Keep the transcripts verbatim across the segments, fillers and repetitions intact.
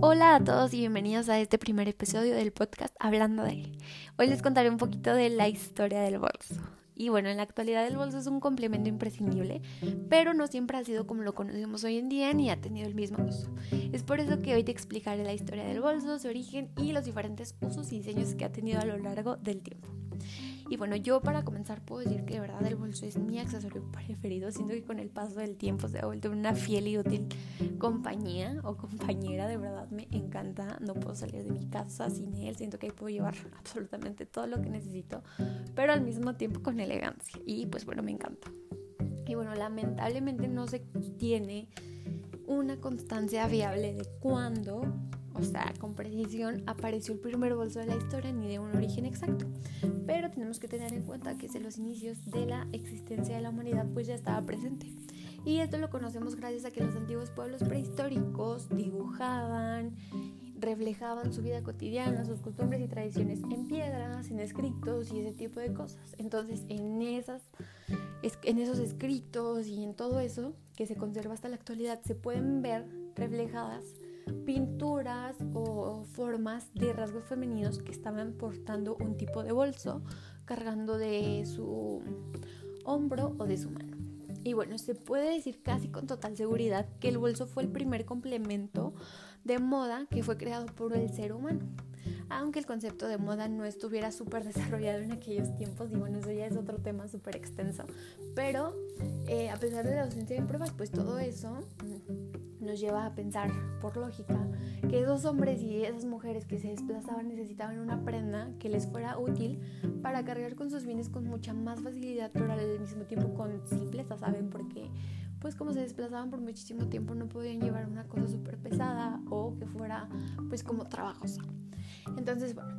Hola a todos y bienvenidos a este primer episodio del podcast Hablando de. Hoy les contaré un poquito de la historia del bolso. Y bueno, en la actualidad el bolso es un complemento imprescindible, pero no siempre ha sido como lo conocemos hoy en día ni ha tenido el mismo uso. Es por eso que hoy te explicaré la historia del bolso, su origen y los diferentes usos y diseños que ha tenido a lo largo del tiempo. Y bueno, yo para comenzar puedo decir que de verdad el bolso es mi accesorio preferido, siento que con el paso del tiempo se ha vuelto una fiel y útil compañía o compañera, de verdad me encanta, no puedo salir de mi casa sin él, siento que ahí puedo llevar absolutamente todo lo que necesito, pero al mismo tiempo con elegancia y pues bueno, me encanta. Y bueno, lamentablemente no se tiene una constancia fiable de cuándo, o sea, con precisión, apareció el primer bolso de la historia ni de un origen exacto. Pero tenemos que tener en cuenta que desde los inicios de la existencia de la humanidad pues ya estaba presente. Y esto lo conocemos gracias a que los antiguos pueblos prehistóricos dibujaban, reflejaban su vida cotidiana, sus costumbres y tradiciones en piedras, en escritos y ese tipo de cosas. Entonces, en esas, en esos escritos y en todo eso que se conserva hasta la actualidad se pueden ver reflejadas pinturas o formas de rasgos femeninos que estaban portando un tipo de bolso, cargando de su hombro o de su mano. Y bueno, se puede decir casi con total seguridad que el bolso fue el primer complemento de moda que fue creado por el ser humano. Aunque el concepto de moda no estuviera súper desarrollado en aquellos tiempos, y bueno, eso ya es otro tema súper extenso, pero eh, a pesar de la ausencia de pruebas, pues todo eso nos lleva a pensar, por lógica, que esos hombres y esas mujeres que se desplazaban necesitaban una prenda que les fuera útil para cargar con sus bienes con mucha más facilidad, pero al mismo tiempo con simpleza, ¿saben? Porque pues como se desplazaban por muchísimo tiempo no podían llevar una cosa súper pesada o que fuera pues como trabajosa. Entonces, bueno,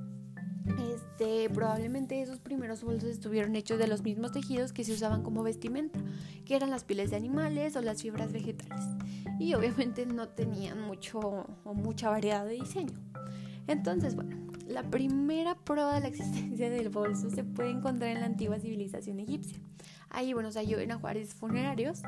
este, probablemente esos primeros bolsos estuvieron hechos de los mismos tejidos que se usaban como vestimenta, que eran las pieles de animales o las fibras vegetales, y obviamente no tenían mucho o mucha variedad de diseño. Entonces, bueno, la primera prueba de la existencia del bolso se puede encontrar en la antigua civilización egipcia. Ahí, bueno, se halló en ajuares funerarios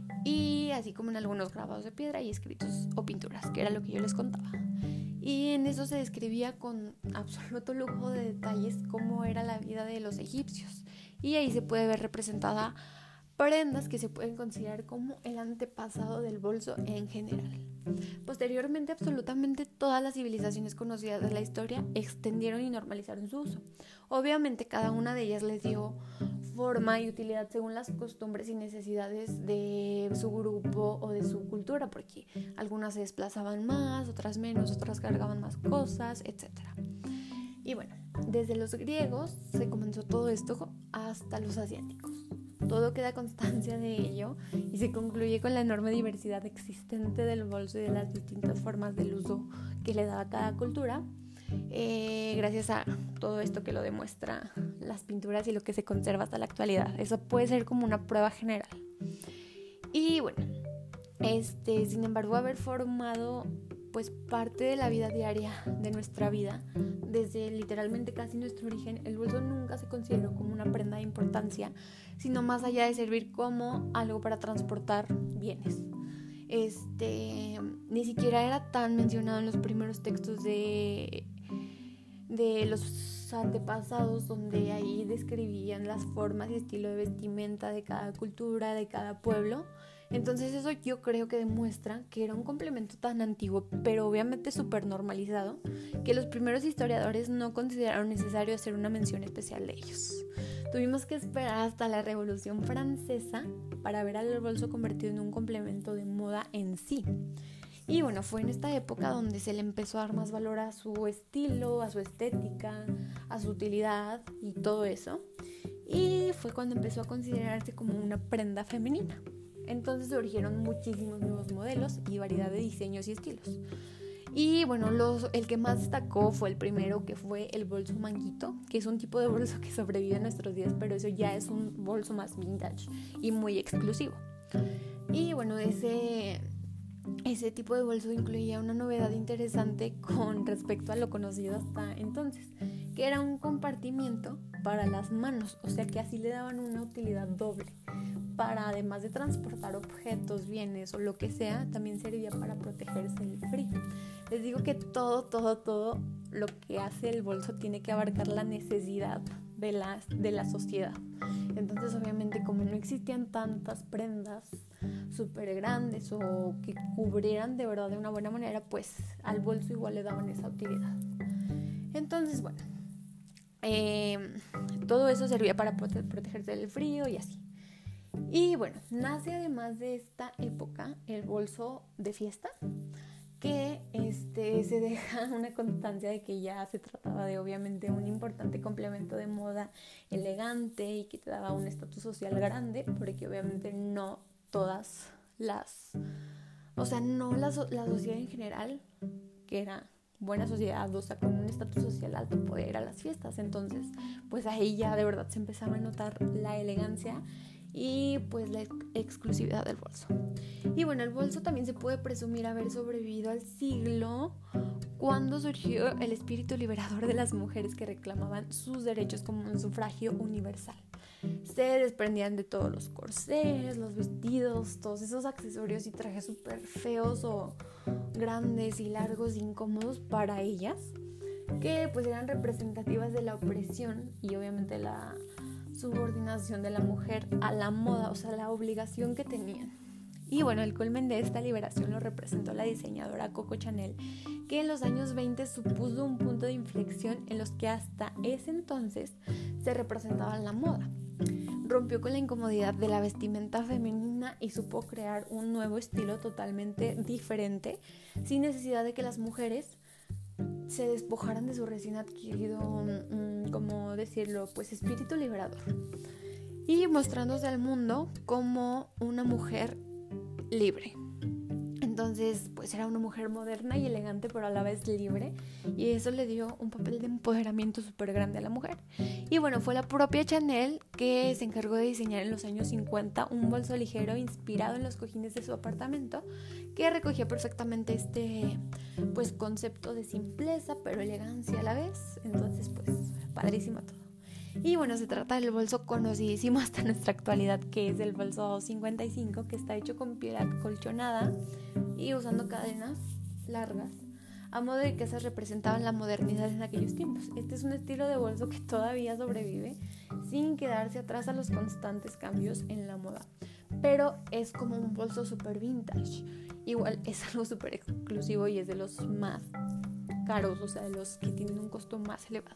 y así como en algunos grabados de piedra y escritos o pinturas, que era lo que yo les contaba. Y en eso se describía con absoluto lujo de detalles cómo era la vida de los egipcios. Y ahí se puede ver representada prendas que se pueden considerar como el antepasado del bolso en general. Posteriormente, absolutamente todas las civilizaciones conocidas de la historia extendieron y normalizaron su uso. Obviamente cada una de ellas les dio forma y utilidad según las costumbres y necesidades de su grupo o de su cultura, porque algunas se desplazaban más, otras menos, otras cargaban más cosas, etcétera. Y bueno, desde los griegos se comenzó todo esto hasta los asiáticos. Todo queda constancia de ello y se concluye con la enorme diversidad existente del bolso y de las distintas formas del uso que le daba cada cultura, eh, gracias a todo esto que lo demuestra las pinturas y lo que se conserva hasta la actualidad. Eso puede ser como una prueba general. Y bueno, este, sin embargo, haber formado pues parte de la vida diaria de nuestra vida, desde literalmente casi nuestro origen, el bolso nunca se consideró como una prenda de importancia, sino más allá de servir como algo para transportar bienes. Este, ni siquiera era tan mencionado en los primeros textos de, de los antepasados, donde ahí describían las formas y estilo de vestimenta de cada cultura, de cada pueblo. Entonces eso yo creo que demuestra que era un complemento tan antiguo, pero obviamente súper normalizado, que los primeros historiadores no consideraron necesario hacer una mención especial de ellos. Tuvimos que esperar hasta la Revolución Francesa para ver al bolso convertido en un complemento de moda en sí. Y bueno, fue en esta época donde se le empezó a dar más valor a su estilo, a su estética, a su utilidad y todo eso. Y fue cuando empezó a considerarse como una prenda femenina. Entonces surgieron muchísimos nuevos modelos y variedad de diseños y estilos. Y bueno, los, el que más destacó fue el primero, que fue el bolso manguito, que es un tipo de bolso que sobrevive en nuestros días, pero eso ya es un bolso más vintage y muy exclusivo. Y bueno, ese, ese tipo de bolso incluía una novedad interesante con respecto a lo conocido hasta entonces, que era un compartimiento para las manos, o sea que así le daban una utilidad doble. para, además de transportar objetos, bienes o lo que sea, también servía para protegerse del frío. Les digo que todo, todo, todo lo que hace el bolso tiene que abarcar la necesidad de la, de la sociedad. Entonces, obviamente, como no existían tantas prendas súper grandes o que cubrieran de verdad de una buena manera, pues al bolso igual le daban esa utilidad. Entonces, bueno, eh, todo eso servía para prote- protegerse del frío y así. Y bueno, nace además de esta época el bolso de fiesta, que este, se deja una constancia de que ya se trataba de obviamente un importante complemento de moda elegante y que te daba un estatus social grande, porque obviamente no todas las, o sea, no la, la sociedad en general, que era buena sociedad, o sea, con un estatus social alto, podía ir a las fiestas. Entonces, pues ahí ya de verdad se empezaba a notar la elegancia y pues la ex- exclusividad del bolso. Y bueno, el bolso también se puede presumir haber sobrevivido al siglo cuando surgió el espíritu liberador de las mujeres que reclamaban sus derechos como un sufragio universal. Se desprendían de todos los corsés, los vestidos, todos esos accesorios y trajes súper feos o grandes y largos e incómodos para ellas, que pues eran representativas de la opresión y obviamente la subordinación de la mujer a la moda, o sea, la obligación que tenían. Y bueno, el culmen de esta liberación lo representó la diseñadora Coco Chanel, que en los años veinte supuso un punto de inflexión en los que hasta ese entonces se representaba la moda. Rompió con la incomodidad de la vestimenta femenina y supo crear un nuevo estilo totalmente diferente, sin necesidad de que las mujeres se despojaran de su recién adquirido, um, como decirlo, pues espíritu liberador, y mostrándose al mundo como una mujer libre. Entonces, pues era una mujer moderna y elegante, pero a la vez libre, y eso le dio un papel de empoderamiento súper grande a la mujer. Y bueno, fue la propia Chanel que se encargó de diseñar en los años cincuenta un bolso ligero inspirado en los cojines de su apartamento, que recogía perfectamente este pues concepto de simpleza pero elegancia a la vez. Entonces, pues padrísimo todo. Y bueno, se trata del bolso conocidísimo hasta nuestra actualidad, que es el bolso cincuenta y cinco, que está hecho con piel acolchonada y usando cadenas largas, a modo de que esas representaban la modernidad en aquellos tiempos. Este es un estilo de bolso que todavía sobrevive sin quedarse atrás a los constantes cambios en la moda, pero es como un bolso súper vintage. Igual es algo súper exclusivo y es de los más caros, o sea, de los que tienen un costo más elevado.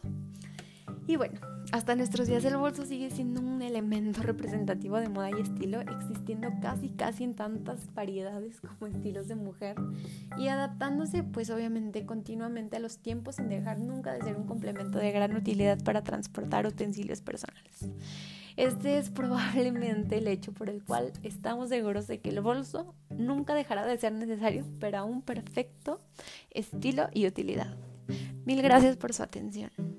Y bueno, hasta nuestros días el bolso sigue siendo un elemento representativo de moda y estilo, existiendo casi casi en tantas variedades como estilos de mujer y adaptándose pues obviamente continuamente a los tiempos sin dejar nunca de ser un complemento de gran utilidad para transportar utensilios personales. Este es probablemente el hecho por el cual estamos seguros de que el bolso nunca dejará de ser necesario para un perfecto estilo y utilidad. Mil gracias por su atención.